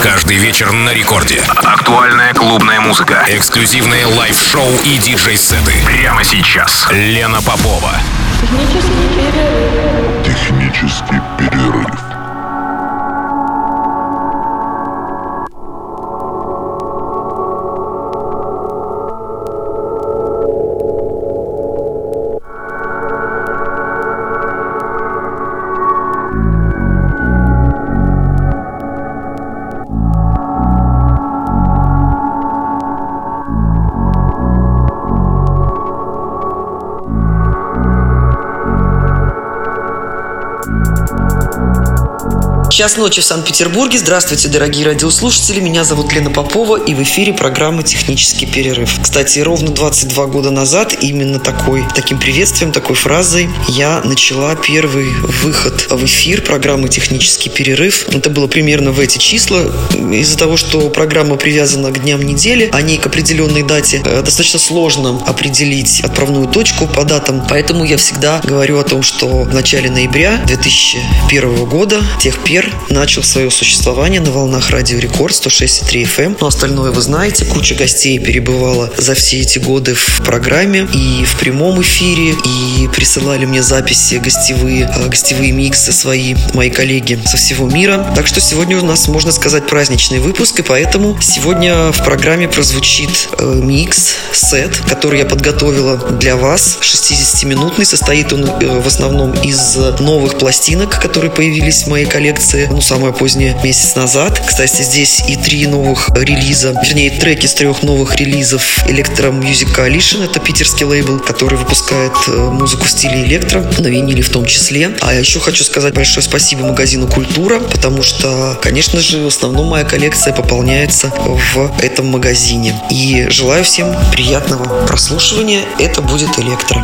Каждый вечер на рекорде. Актуальная клубная музыка. Эксклюзивные лайв-шоу и диджей-сеты. Прямо сейчас. Лена Попова. Технический перерыв. Час ночи в Санкт-Петербурге. Здравствуйте, дорогие радиослушатели. Меня зовут Лена Попова, и в эфире программа «Технический перерыв». Кстати, ровно 22 года назад именно таким приветствием, такой фразой я начала первый выход в эфир программы «Технический перерыв». Это было примерно в эти числа. Из-за того, что программа привязана к дням недели, а не к определенной дате, достаточно сложно определить отправную точку по датам. Поэтому я всегда говорю о том, что в начале ноября 2001 года Техпер начал свое существование на волнах Радио Рекорд 106,3 FM. Но остальное вы знаете. Куча гостей перебывала за все эти годы в программе и в прямом эфире, и присылали мне записи гостевые миксы мои коллеги со всего мира. Так что сегодня у нас, можно сказать, праздничный выпуск, и поэтому сегодня в программе прозвучит микс-сет, который я подготовила для вас, 60-минутный. Состоит он в основном из новых пластинок, которые появились в моей коллекции, самое позднее, месяц назад. Кстати, здесь и треки с 3 новых релизов Electro Music Coalition. Это питерский лейбл, который выпускает музыку в стиле электро, на виниле в том числе. А еще хочу сказать большое спасибо магазину «Культура», потому что, конечно же, в основном моя коллекция пополняется в этом магазине. И желаю всем приятного прослушивания. Это будет электро.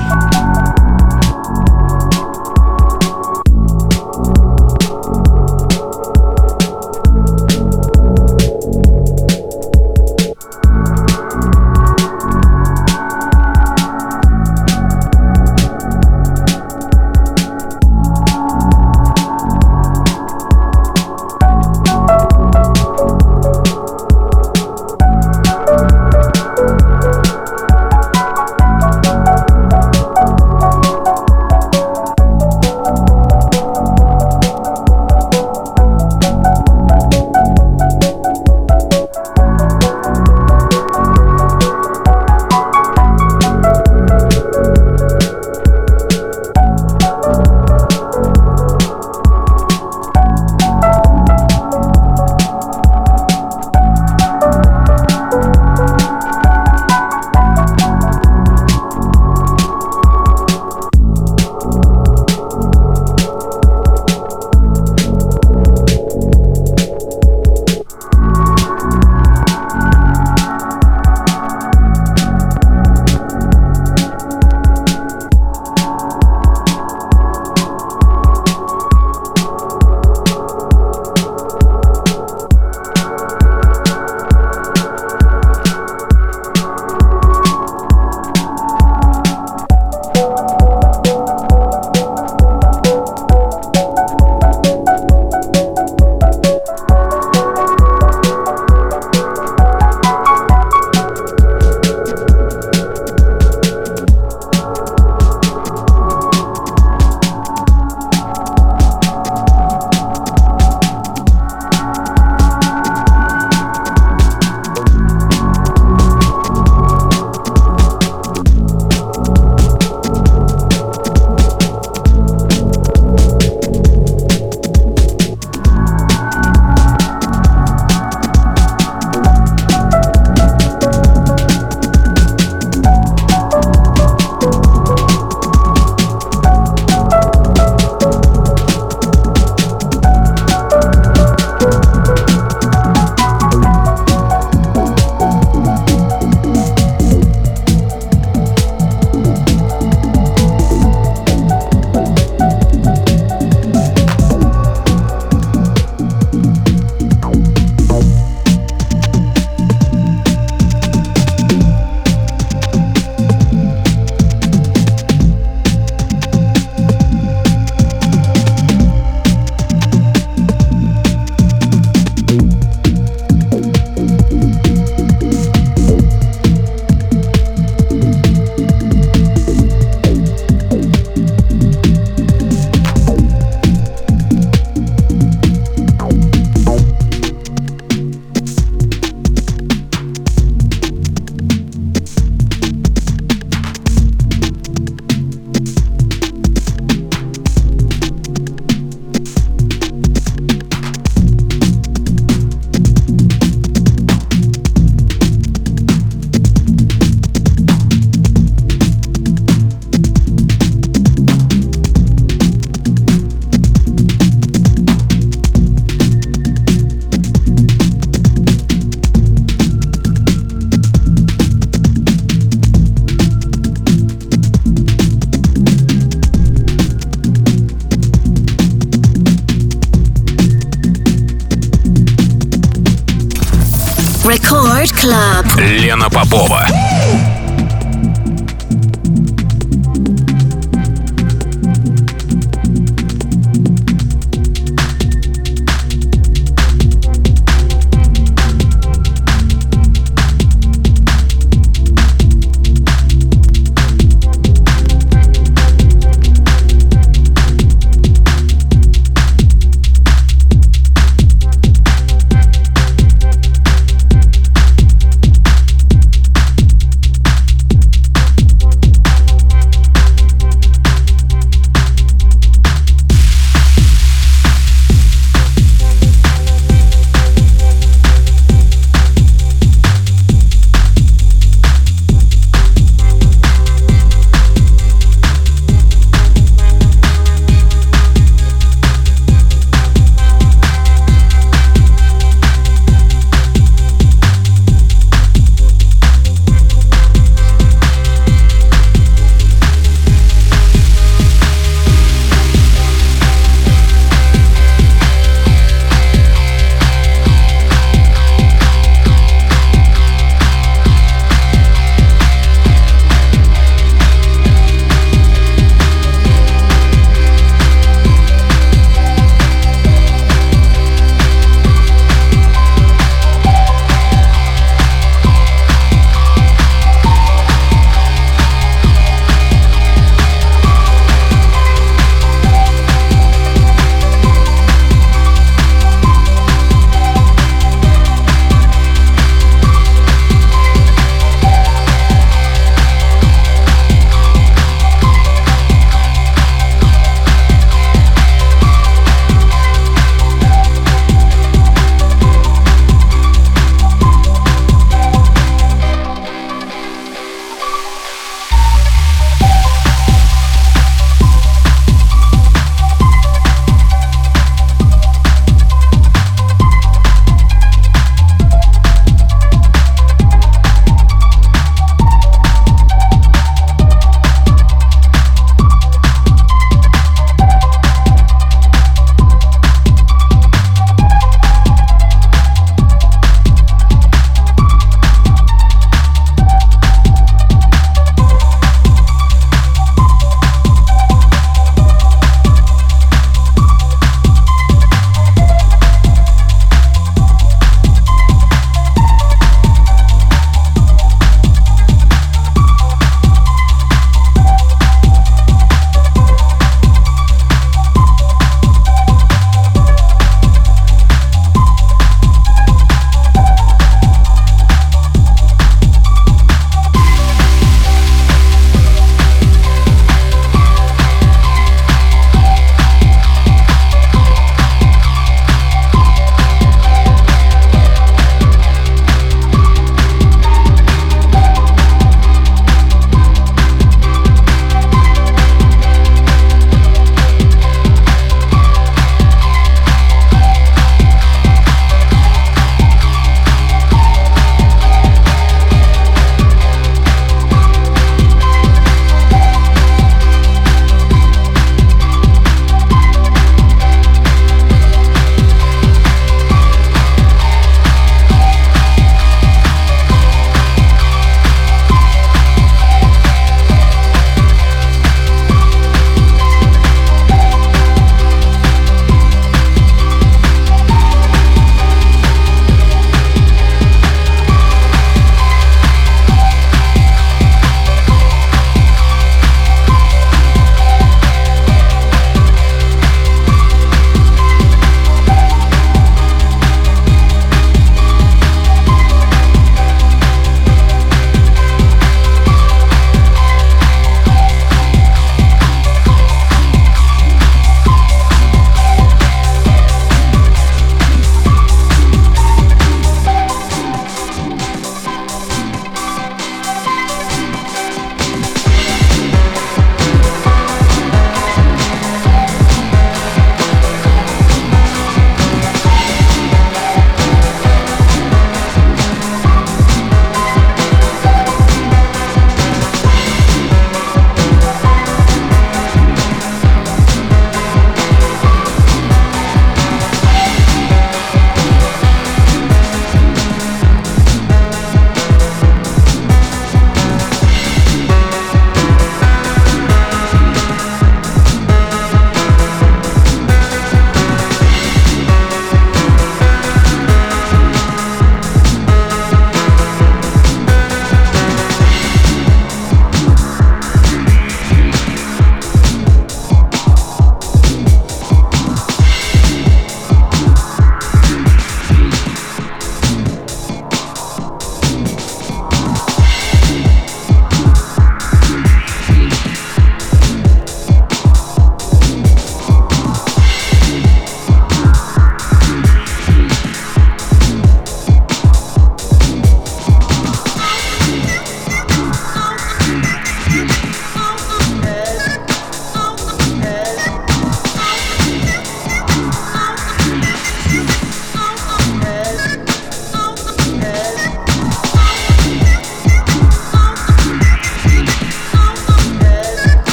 Record Club. Лена Попова.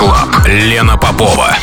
Club. Лена Попова.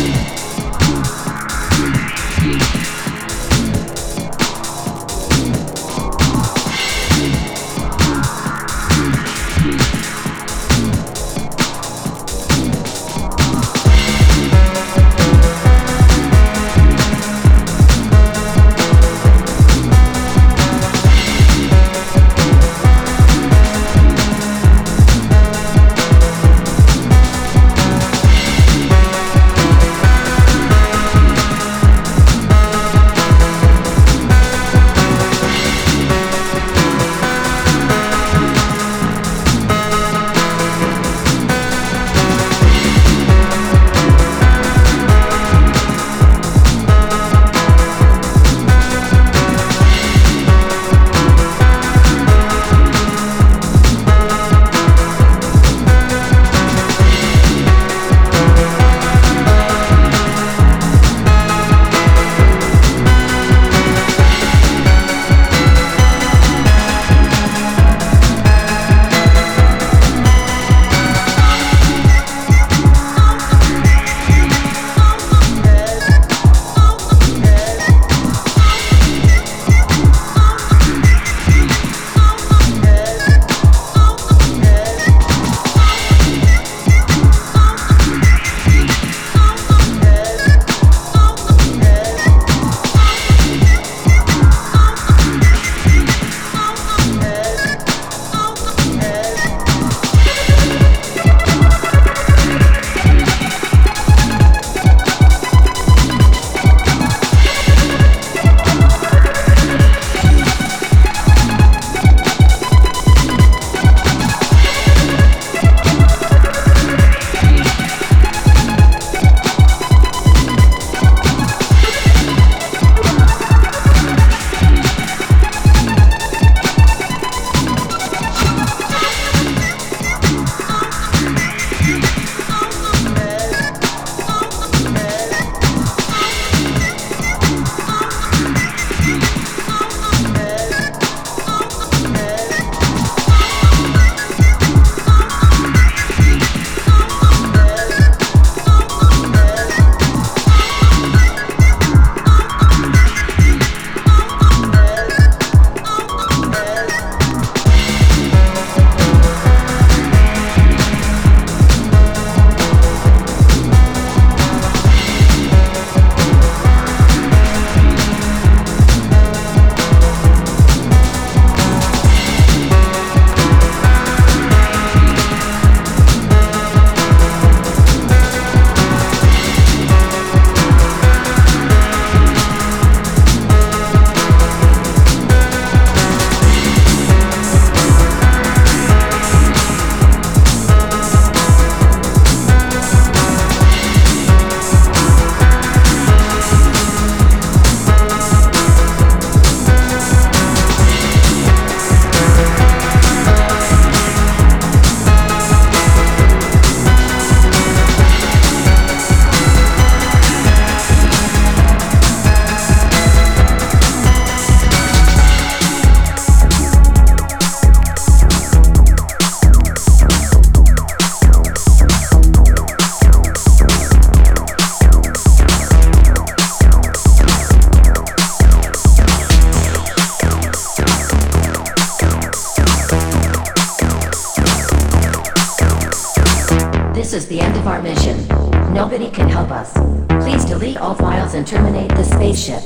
This is the end of our mission. Nobody can help us. Please delete all files and terminate the spaceship.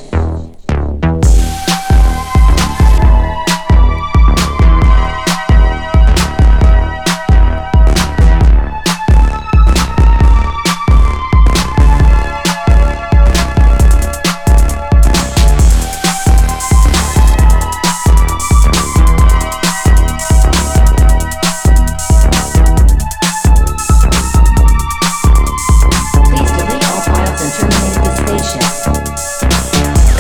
Please delete all files and terminate the spaceship.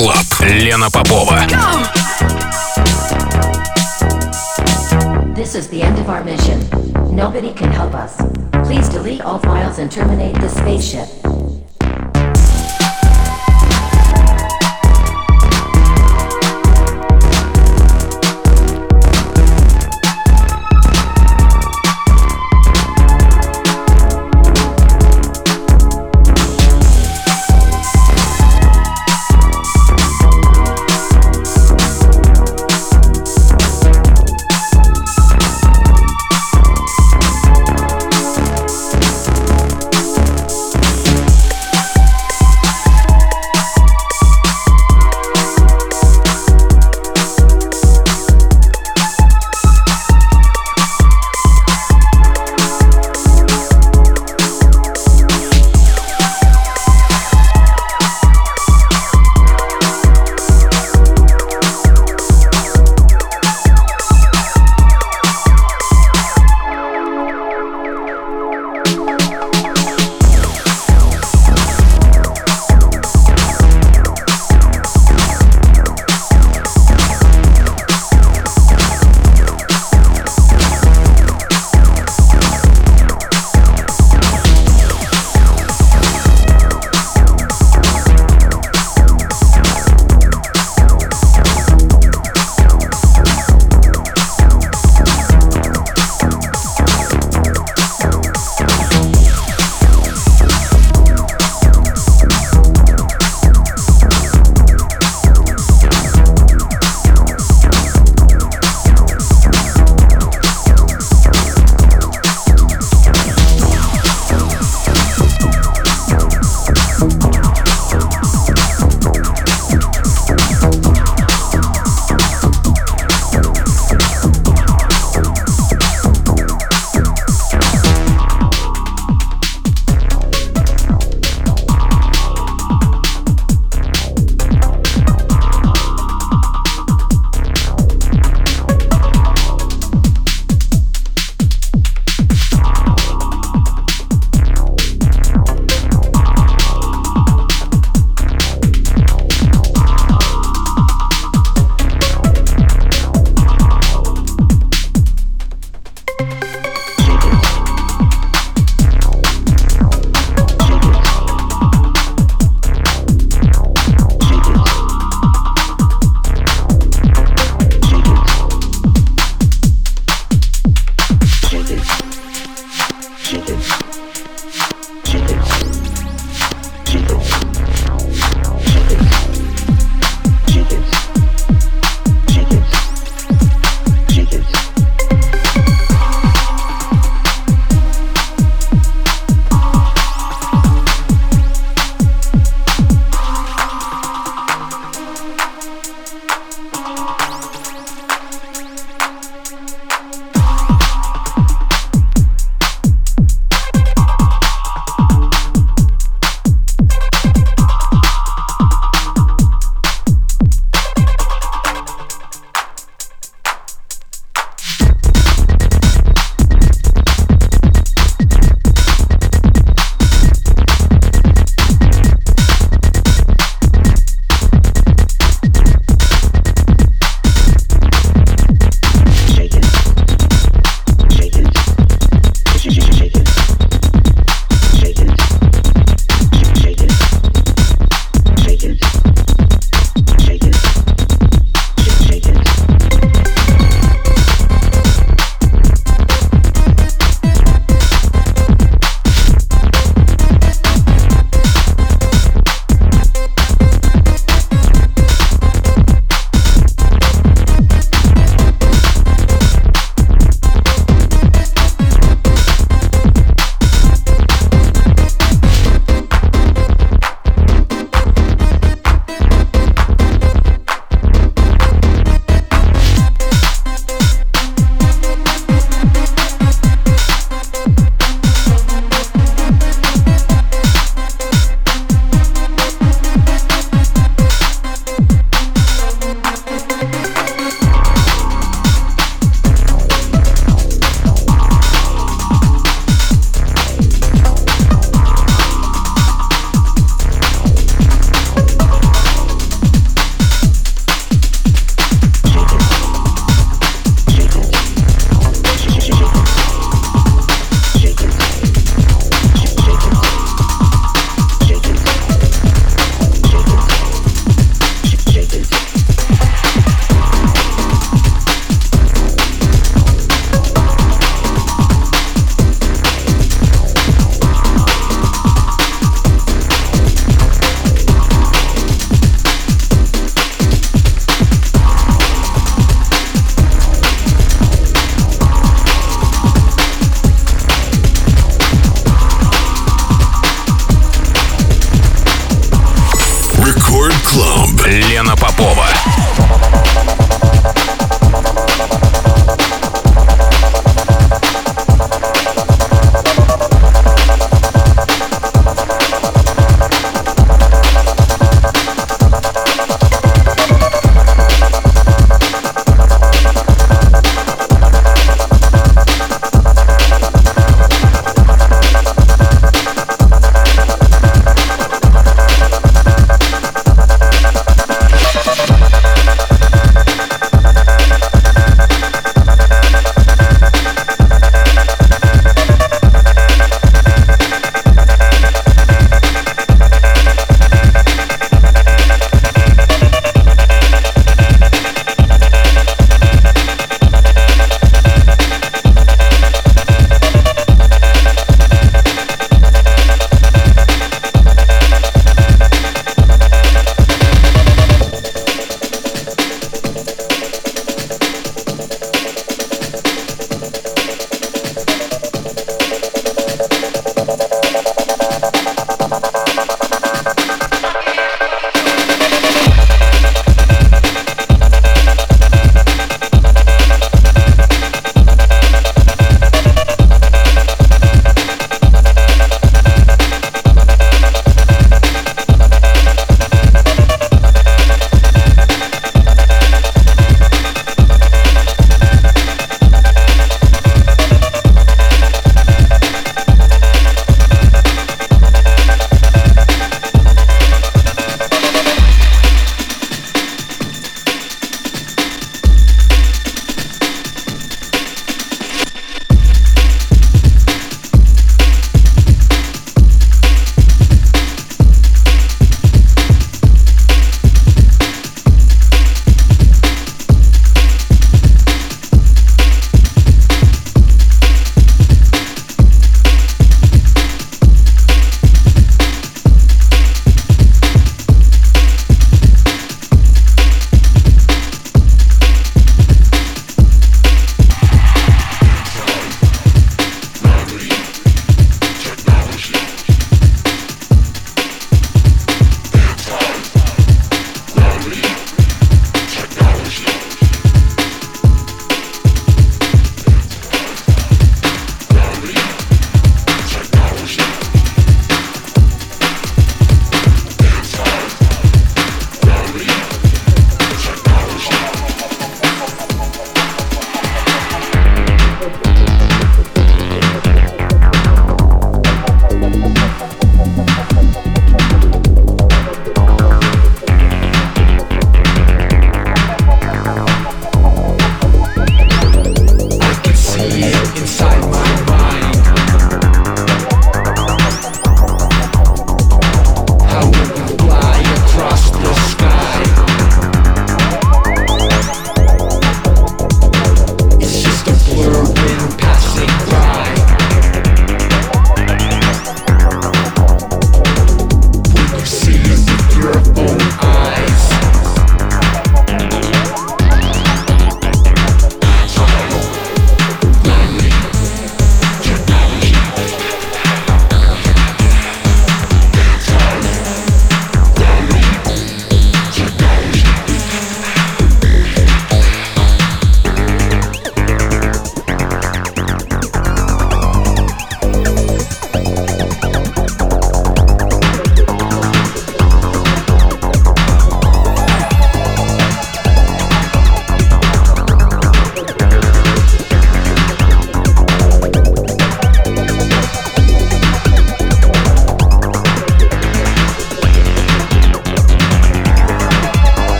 Club. Лена Попова. This is the end of our mission. Nobody can help us. Please delete all files and terminate the spaceship. Лена Попова.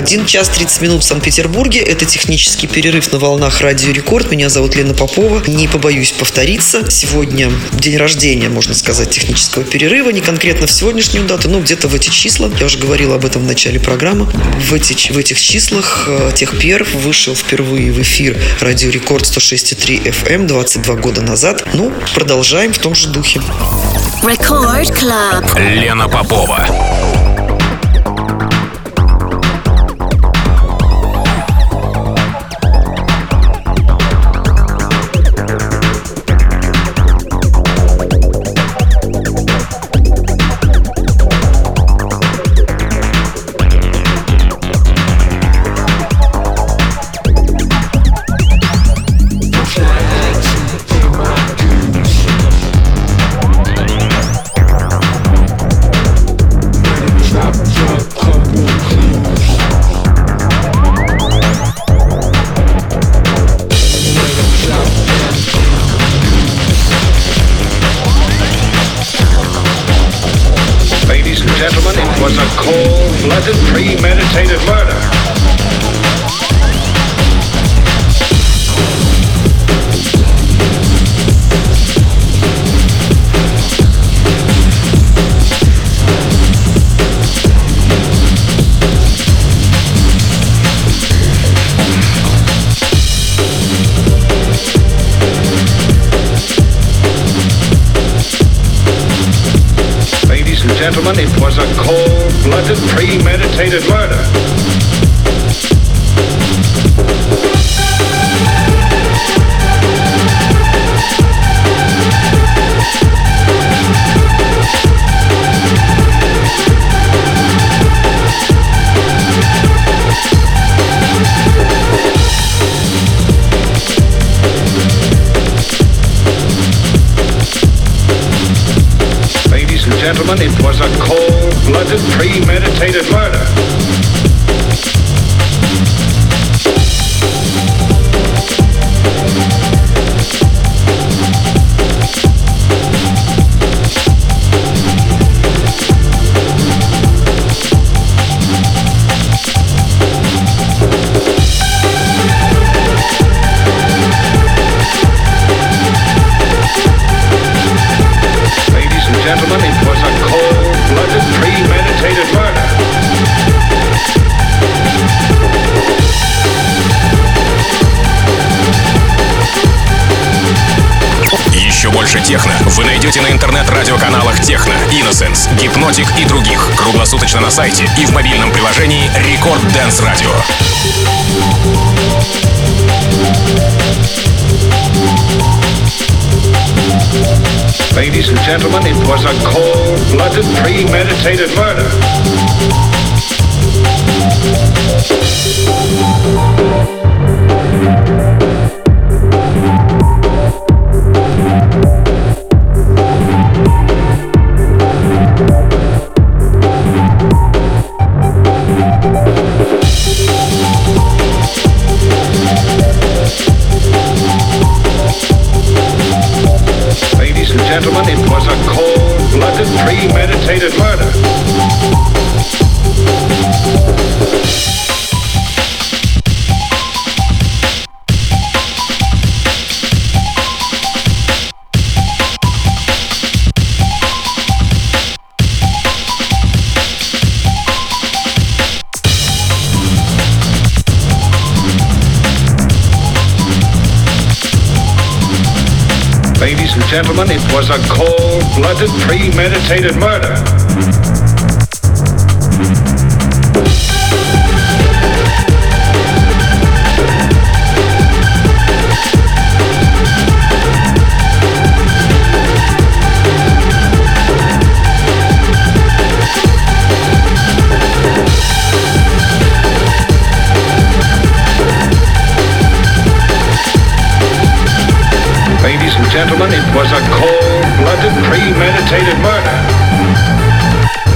1 час 30 минут в Санкт-Петербурге. Это технический перерыв на волнах Радио Рекорд. Меня зовут Лена Попова. Не побоюсь повториться. Сегодня день рождения, можно сказать, технического перерыва. Не конкретно в сегодняшнюю дату, но где-то в эти числа. Я уже говорила об этом в начале программы. В этих числах Техперв вышел впервые в эфир Радио Рекорд 106,3 FM 22 года назад. Ну, продолжаем в том же духе. Record Club. Лена Попова. Gentlemen, it was a cold-blooded, premeditated murder. Gentlemen, it was a cold-blooded, premeditated murder. Gentlemen, it was a cold-blooded, premeditated murder. Еще больше техно вы найдете на интернет-радиоканалах Техно, Innocence, Гипнотик и других круглосуточно на сайте и в мобильном приложении Рекорд Dance Radio. Ladies and gentlemen, it was a cold-blooded, premeditated murder. Ladies and gentlemen, it was a cold-blooded, premeditated murder. Ladies and gentlemen, it was a cold-blooded, premeditated murder. Ladies and gentlemen, it was a cold-blooded, premeditated murder.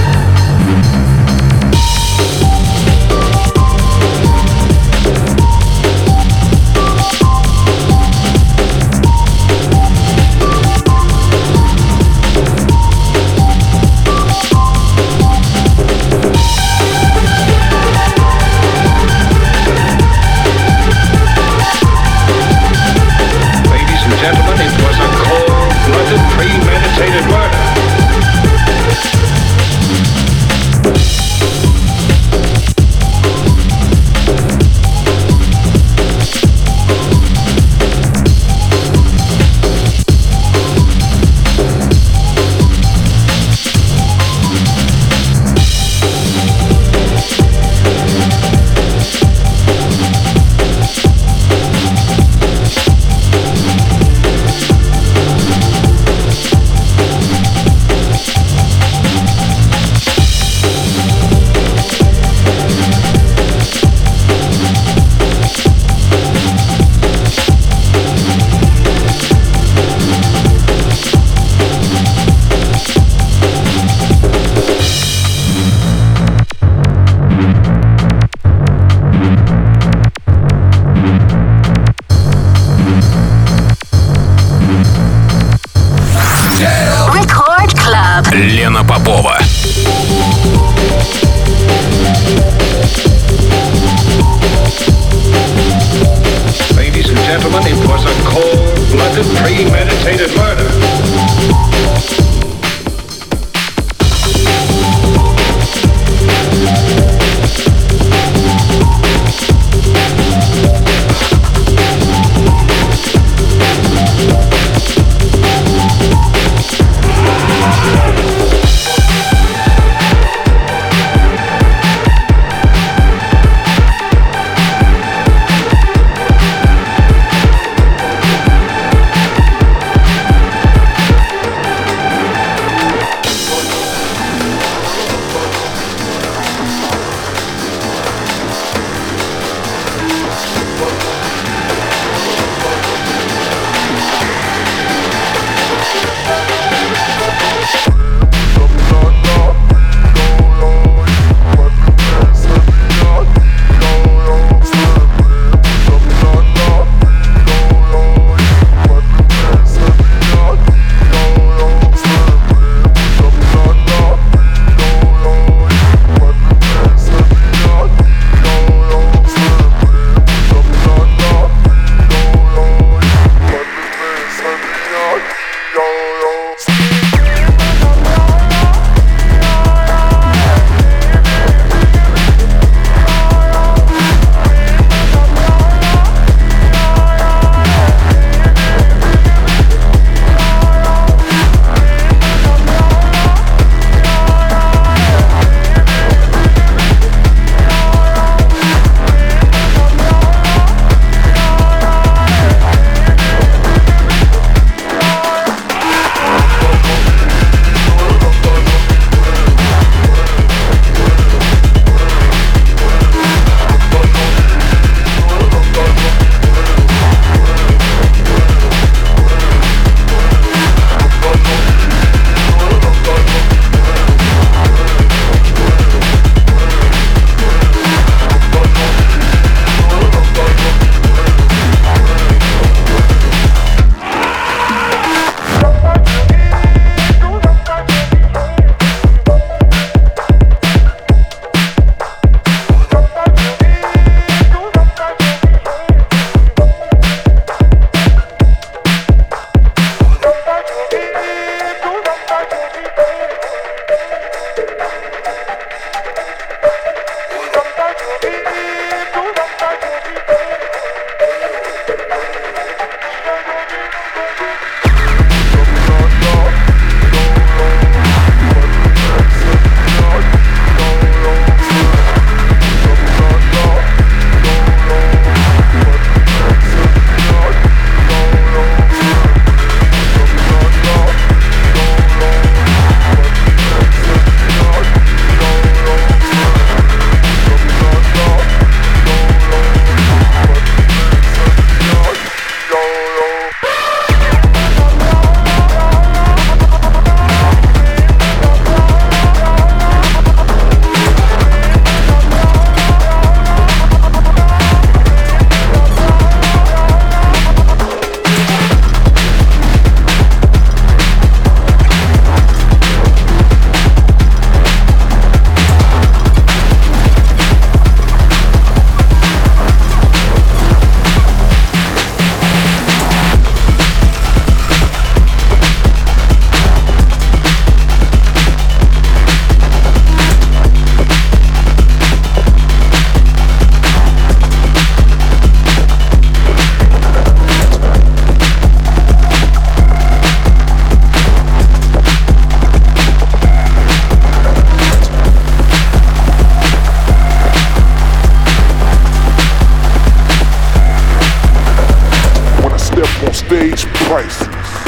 price.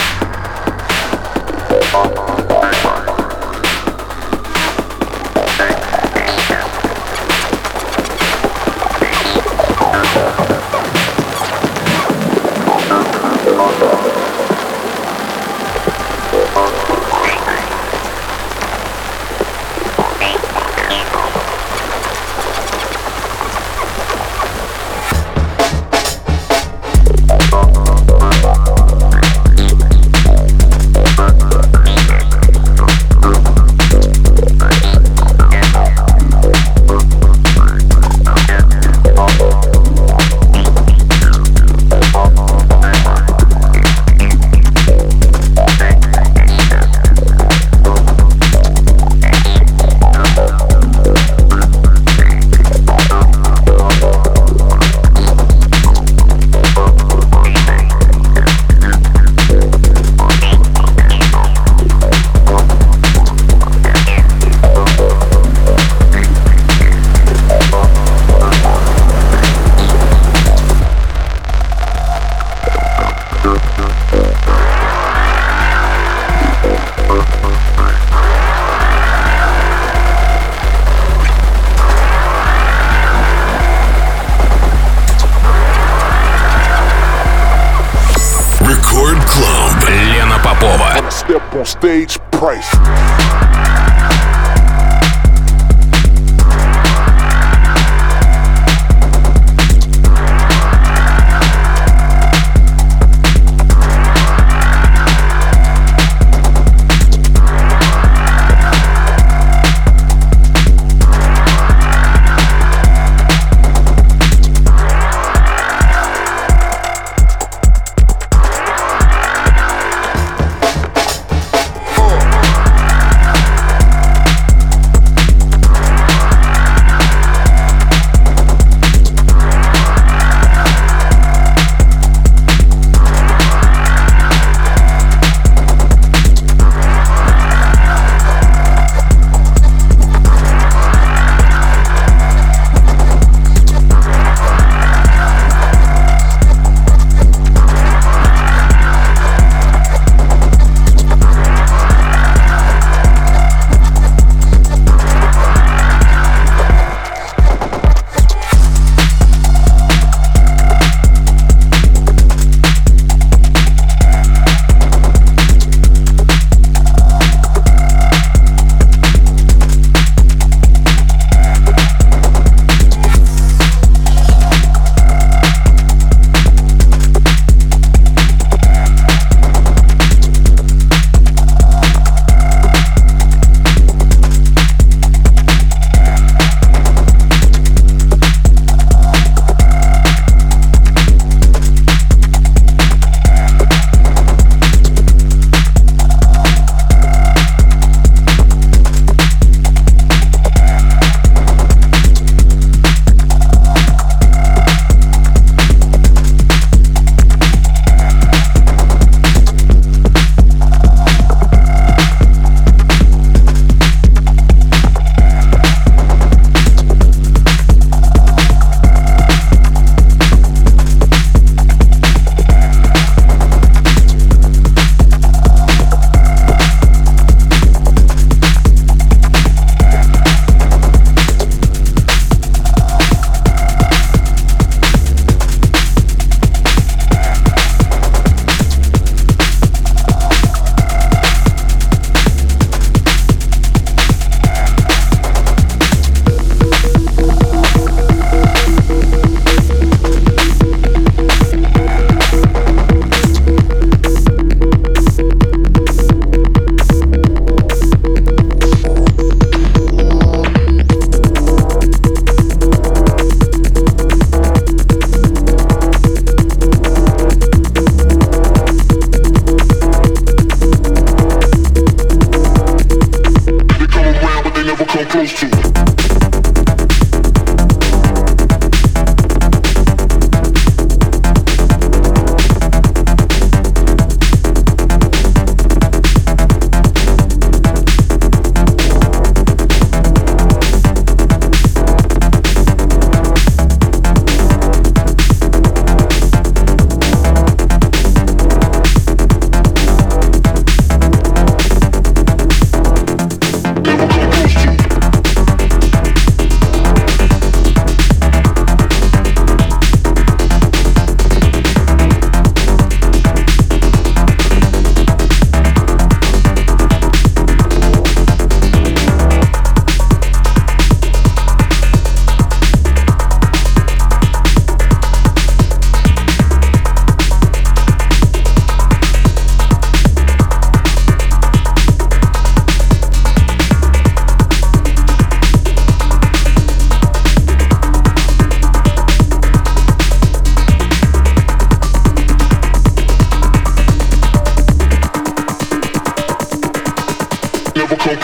Лена Попова. Step on stage, price.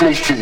close to.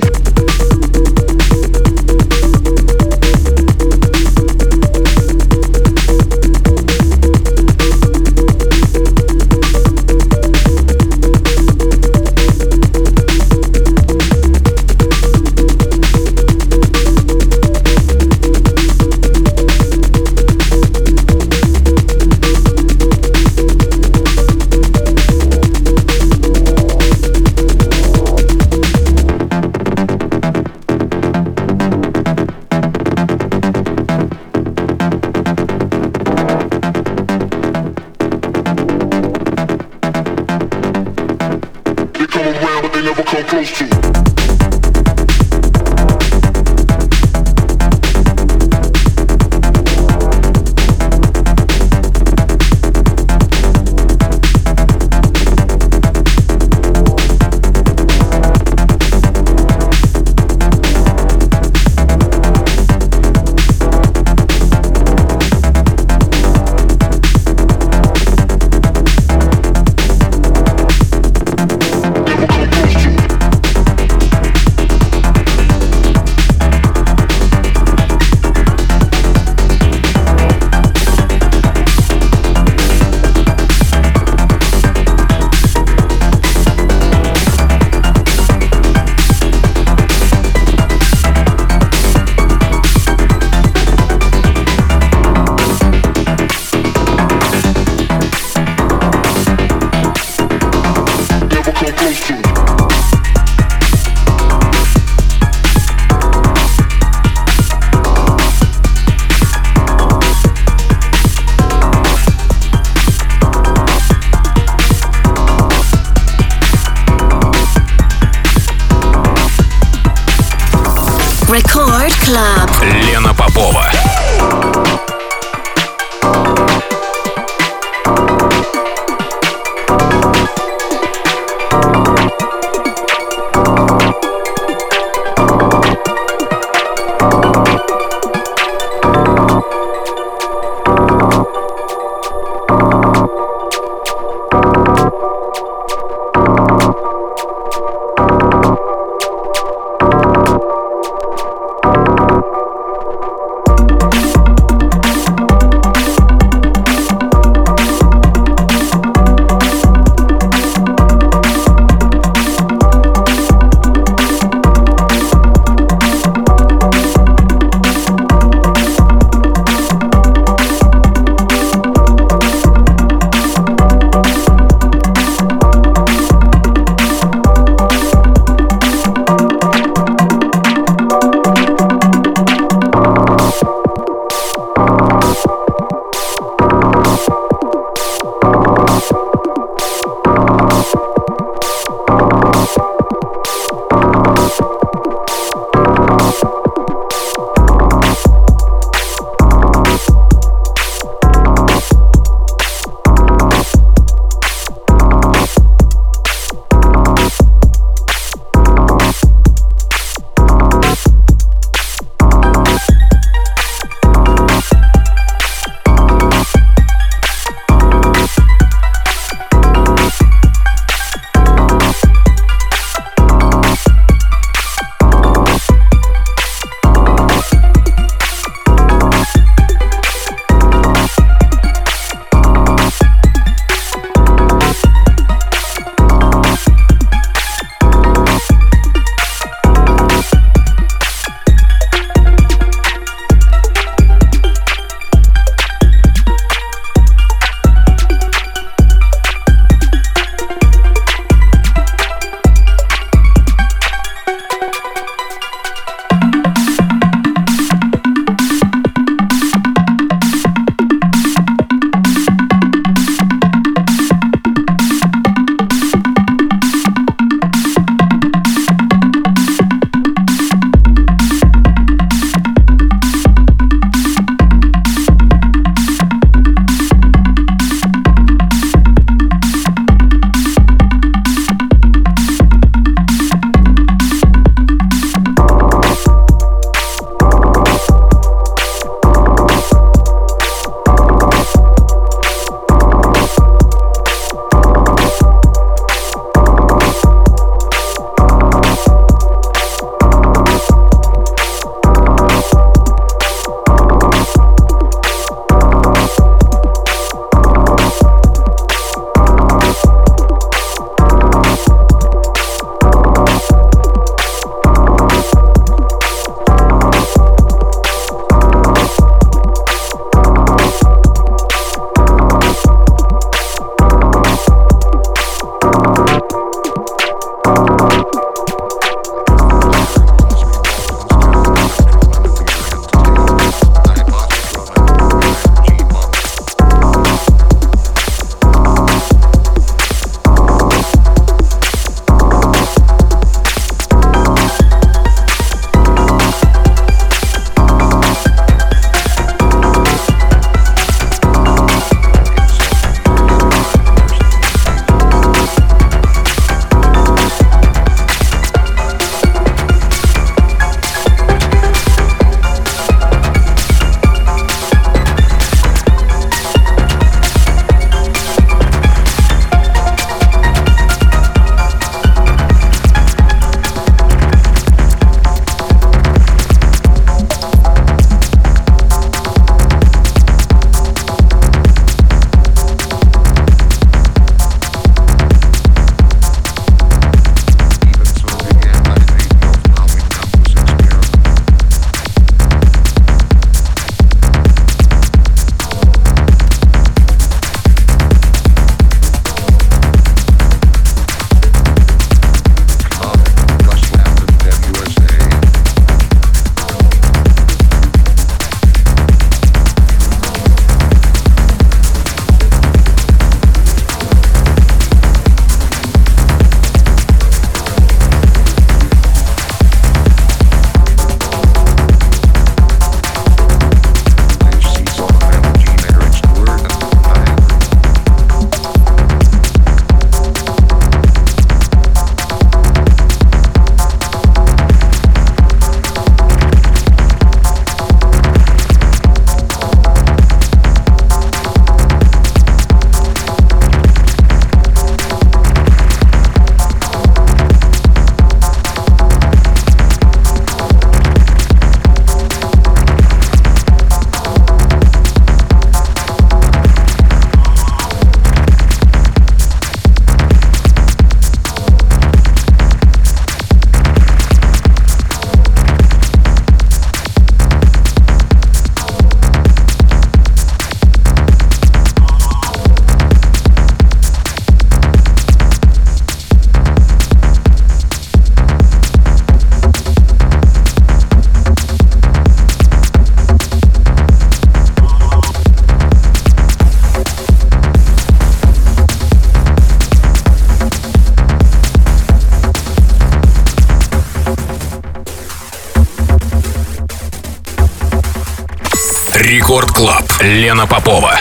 Рекорд Клаб. Лена Попова.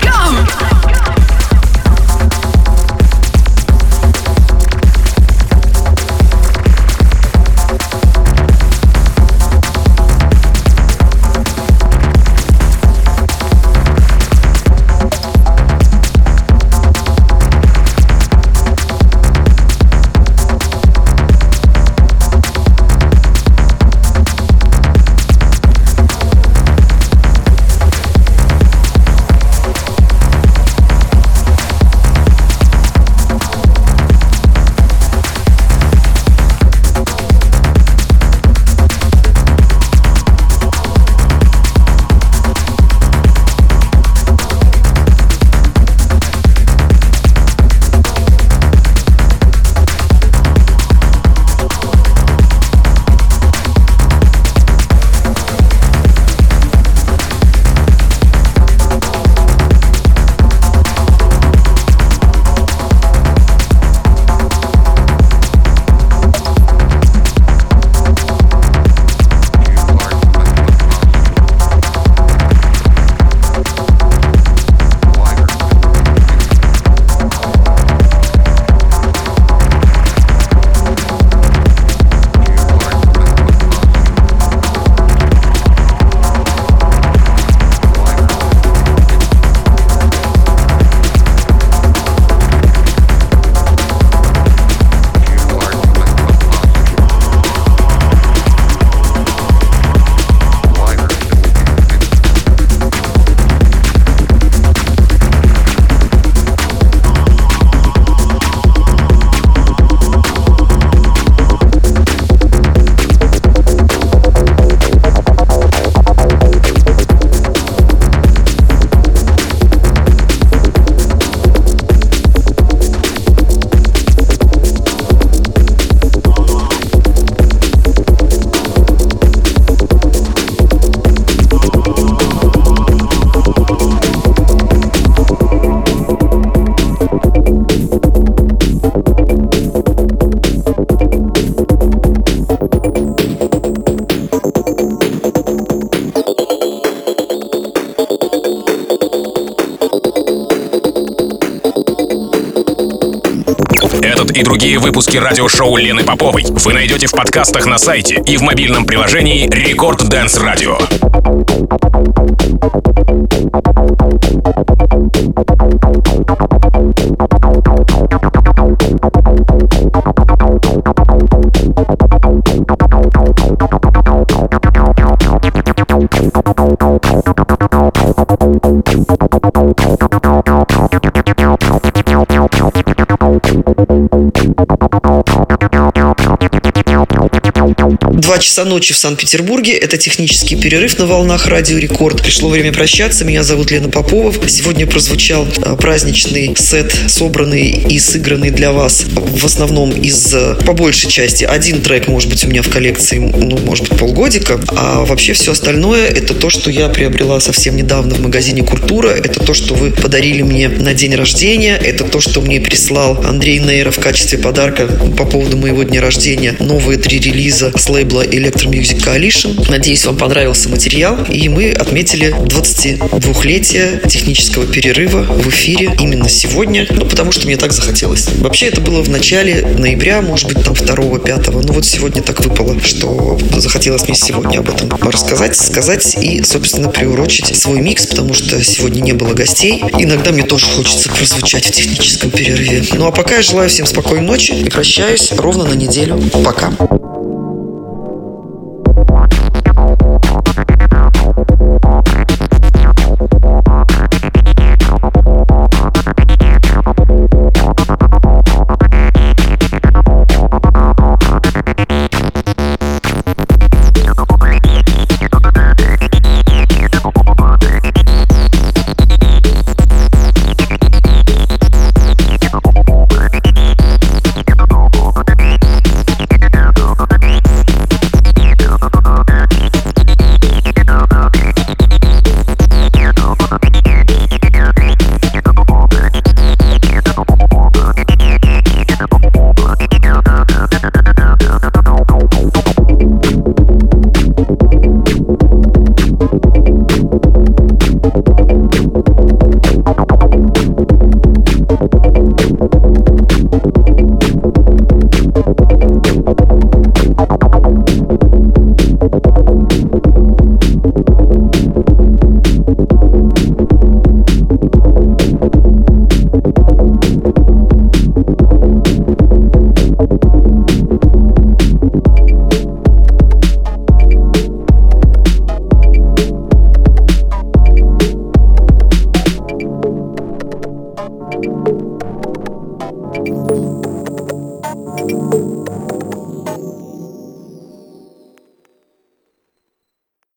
Этот и другие выпуски радиошоу Лены Поповой вы найдете в подкастах на сайте и в мобильном приложении Рекорд Dance Radio. Два часа ночи в Санкт-Петербурге. Это технический перерыв на волнах Радио Рекорд. Пришло время прощаться. Меня зовут Лена Попова. Сегодня прозвучал праздничный сет, собранный и сыгранный для вас в основном из, по большей части, один трек, может быть, у меня в коллекции, может быть, полгодика. А вообще все остальное — это то, что я приобрела совсем недавно в магазине «Культура». Это то, что вы подарили мне на день рождения. Это то, что мне прислал Андрей Нейров в качестве подарка по поводу моего дня рождения. Новые 3 релиза с лейбла Electro Music Coalition. Надеюсь, вам понравился материал. И мы отметили 22-летие технического перерыва в эфире именно сегодня. Потому что мне так захотелось. Вообще, это было в начале ноября, может быть, там 2-5. Но вот сегодня так выпало, что захотелось мне сегодня об этом рассказать, сказать и, собственно, приурочить свой микс, потому что сегодня не было гостей. Иногда мне тоже хочется прозвучать в техническом перерыве. Ну а пока я желаю всем спокойной ночи и прощаюсь ровно на неделю. Пока.